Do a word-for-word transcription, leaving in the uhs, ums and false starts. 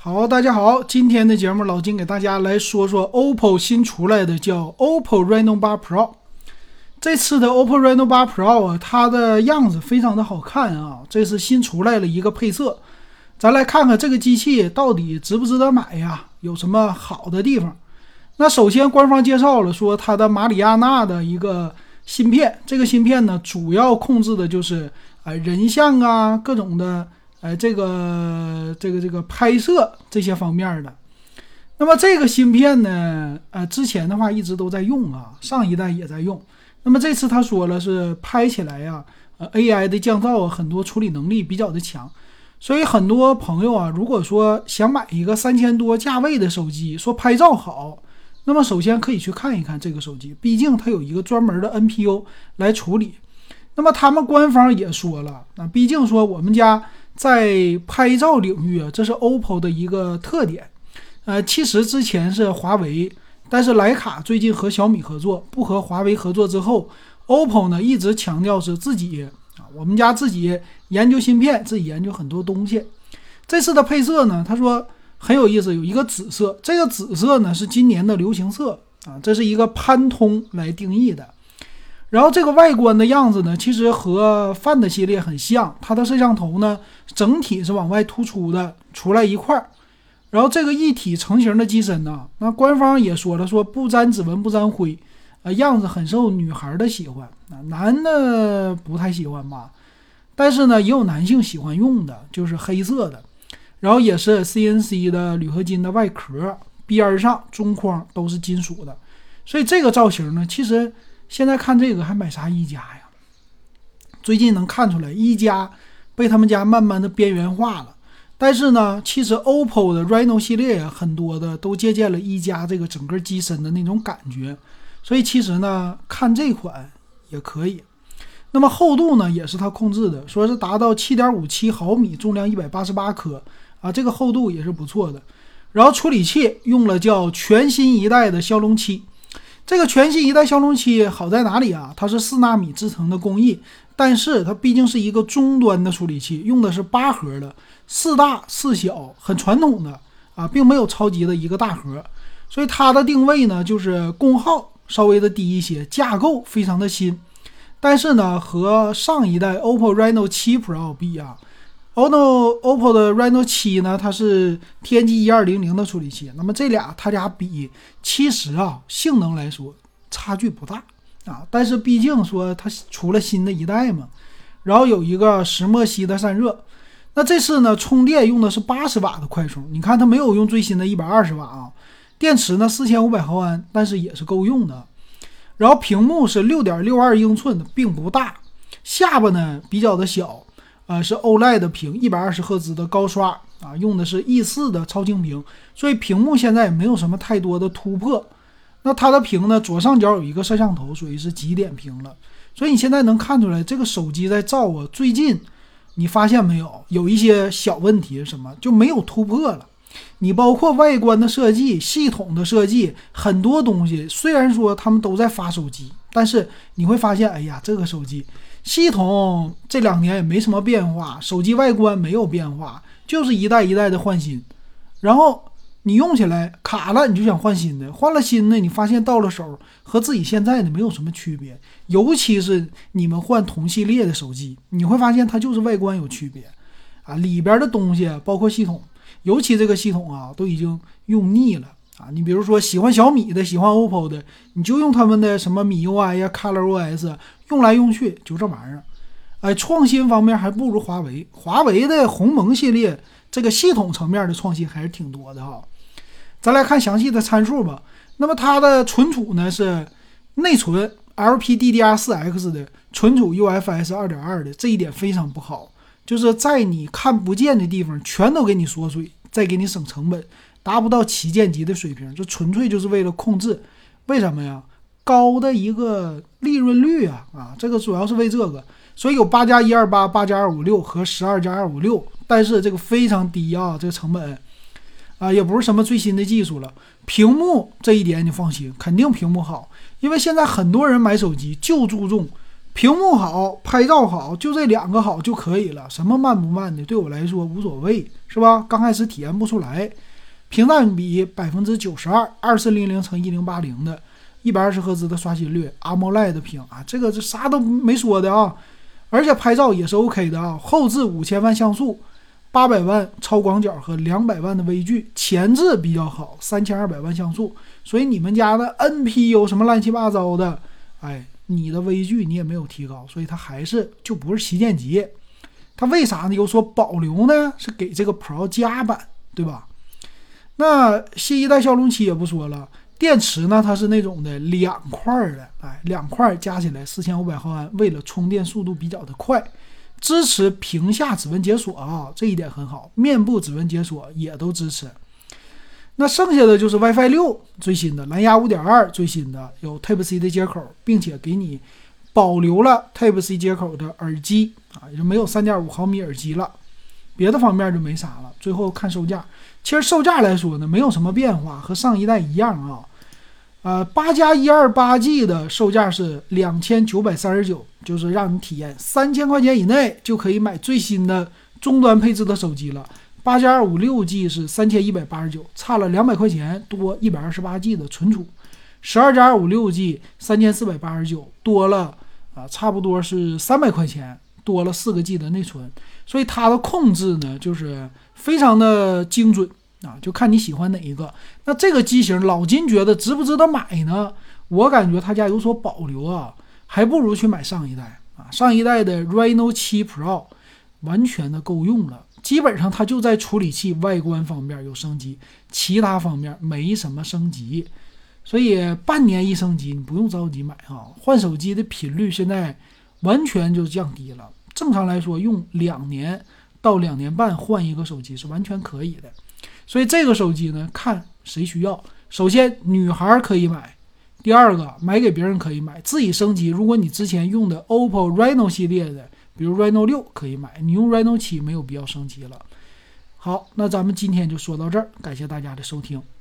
好，大家好，今天的节目老金给大家来说说 O P P O 新出来的叫 O P P O Reno 八 Pro。 这次的 O P P O Reno 八 Pro 啊，它的样子非常的好看啊，这是新出来了一个配色。咱来看看这个机器到底值不值得买呀，有什么好的地方。那首先官方介绍了说它的马里亚纳的一个芯片，这个芯片呢主要控制的就是呃人像啊，各种的呃，这个这个这个拍摄这些方面的。那么这个芯片呢，呃，之前的话一直都在用啊，上一代也在用。那么这次他说了是拍起来呀、啊，呃 A I 的降噪啊，很多处理能力比较的强。所以很多朋友啊，如果说想买一个三千多价位的手机，说拍照好，那么首先可以去看一看这个手机，毕竟它有一个专门的 N P U 来处理。那么他们官方也说了，那毕竟说我们家在拍照领域啊，这是 O P P O 的一个特点。呃，其实之前是华为，但是徕卡最近和小米合作，不和华为合作之后 ，O P P O 呢一直强调是自己啊，我们家自己研究芯片，自己研究很多东西。这次的配色呢，他说很有意思，有一个紫色，这个紫色呢是今年的流行色啊，这是一个潘通来定义的。然后这个外观的样子呢，其实和 Find 系列很像，它的摄像头呢整体是往外突出的，出来一块。然后这个一体成型的机身呢，那官方也说了，说不沾指纹不沾灰，呃，样子很受女孩的喜欢，男的不太喜欢吧，但是呢也有男性喜欢用的，就是黑色的。然后也是 C N C 的铝合金的外壳，边上中框都是金属的，所以这个造型呢，其实现在看这个还买啥一加呀？最近能看出来一加被他们家慢慢的边缘化了。但是呢，其实 O P P O 的 Reno 系列呀，很多的都借鉴了一加这个整个机身的那种感觉，所以其实呢，看这款也可以。那么厚度呢，也是它控制的，说是达到 七点五七毫米，重量一百八十八克啊，这个厚度也是不错的。然后处理器用了叫全新一代的骁龙七。这个全新一代骁龙七好在哪里啊？它是四纳米制成的工艺，但是它毕竟是一个中端的处理器，用的是八核的，四大四小，很传统的啊，并没有超级的一个大核，所以它的定位呢就是功耗稍微的低一些，架构非常的新。但是呢，和上一代 O P P O Reno 七 Pro 比啊，O P P O 的 Reno 七呢，它是天玑一二零零的处理器，那么这俩它俩比，其实啊性能来说差距不大啊，但是毕竟说它出了新的一代嘛，然后有一个石墨烯的散热。那这次呢，充电用的是八十瓦的快充，你看它没有用最新的一百二十瓦啊，电池呢四千五百毫安，但是也是够用的。然后屏幕是 六点六二英寸的，并不大，下巴呢比较的小。呃，是 O L E D 的屏，一百二十赫兹的高刷啊，用的是 E 四 的超清屏，所以屏幕现在也没有什么太多的突破。那它的屏呢，左上角有一个摄像头，属于是极点屏了。所以你现在能看出来，这个手机在照啊，最近你发现没有，有一些小问题，什么就没有突破了。你包括外观的设计、系统的设计，很多东西虽然说他们都在发手机，但是你会发现，哎呀，这个手机系统这两年也没什么变化，手机外观没有变化，就是一代一代的换新。然后你用起来卡了，你就想换新的，换了新的，你发现到了手和自己现在的没有什么区别。尤其是你们换同系列的手机，你会发现它就是外观有区别啊，里边的东西包括系统，尤其这个系统啊，都已经用腻了啊。你比如说喜欢小米的，喜欢 O P P O 的，你就用他们的什么米 U I 呀、ColorOS， 用来用去就这玩意儿。哎，创新方面还不如华为，华为的鸿蒙系列这个系统层面的创新还是挺多的哈。咱来看详细的参数吧。那么它的存储呢是内存 L P D D R 四 X 的，存储 U F S 二点二 的，这一点非常不好，就是在你看不见的地方全都给你锁水，再给你省成本，达不到旗舰级的水平，这纯粹就是为了控制。为什么呀？高的一个利润率啊啊，这个主要是为这个，所以有八加一二八、八加二五六和十二加二五六，但是这个非常低啊，这个成本啊，也不是什么最新的技术了。屏幕这一点你放心，肯定屏幕好，因为现在很多人买手机就注重屏幕好，拍照好，就这两个好就可以了。什么慢不慢的，对我来说无所谓，是吧？刚开始体验不出来。屏占比百分之九十二，二四零零乘一零八零的，一百二十赫兹的刷新率 ，AMOLED 的屏啊，这个这啥都没说的啊。而且拍照也是 OK 的啊，后置五千万像素，八百万超广角和两百万的微距，前置比较好，三千二百万像素。所以你们家的 N P 有什么乱七八糟的，哎，你的微距你也没有提高，所以它还是就不是旗舰级。它为啥呢？有所保留呢？是给这个 Pro 加版，对吧？那新一代骁龙七也不说了，电池呢它是那种的两块的，哎，两块加起来四千五百毫安，为了充电速度比较的快，支持屏下指纹解锁啊，这一点很好，面部指纹解锁也都支持。那剩下的就是 WiFi 六最新的，蓝牙 五点二 最新的，有 Type C 的接口，并且给你保留了 Type C 接口的耳机啊，也就没有 三点五毫米耳机了。别的方面就没啥了。最后看售价，其实售价来说呢，没有什么变化，和上一代一样啊。呃，八加一二八 G 的售价是两千九百三十九，就是让你体验三千块钱以内就可以买最新的终端配置的手机了。八加二五六 G 是三千一百八十九，差了两百块钱，多一百二十八 G 的存储。十二加二五六 G 三千四百八十九，多了啊，差不多是三百块钱，多了四个 G 的内存。所以它的控制呢，就是非常的精准啊，就看你喜欢哪一个。那这个机型老金觉得值不值得买呢？我感觉他家有所保留啊，还不如去买上一代啊。上一代的 Reno 七 Pro 完全的够用了，基本上它就在处理器外观方面有升级，其他方面没什么升级。所以半年一升级，你不用着急买啊。换手机的频率现在完全就降低了。正常来说，用两年到两年半换一个手机是完全可以的。所以这个手机呢，看谁需要。首先，女孩可以买；第二个，买给别人可以买，自己升级。如果你之前用的 O P P O Reno 系列的，比如 Reno 六可以买，你用 Reno 七没有必要升级了。好，那咱们今天就说到这儿，感谢大家的收听。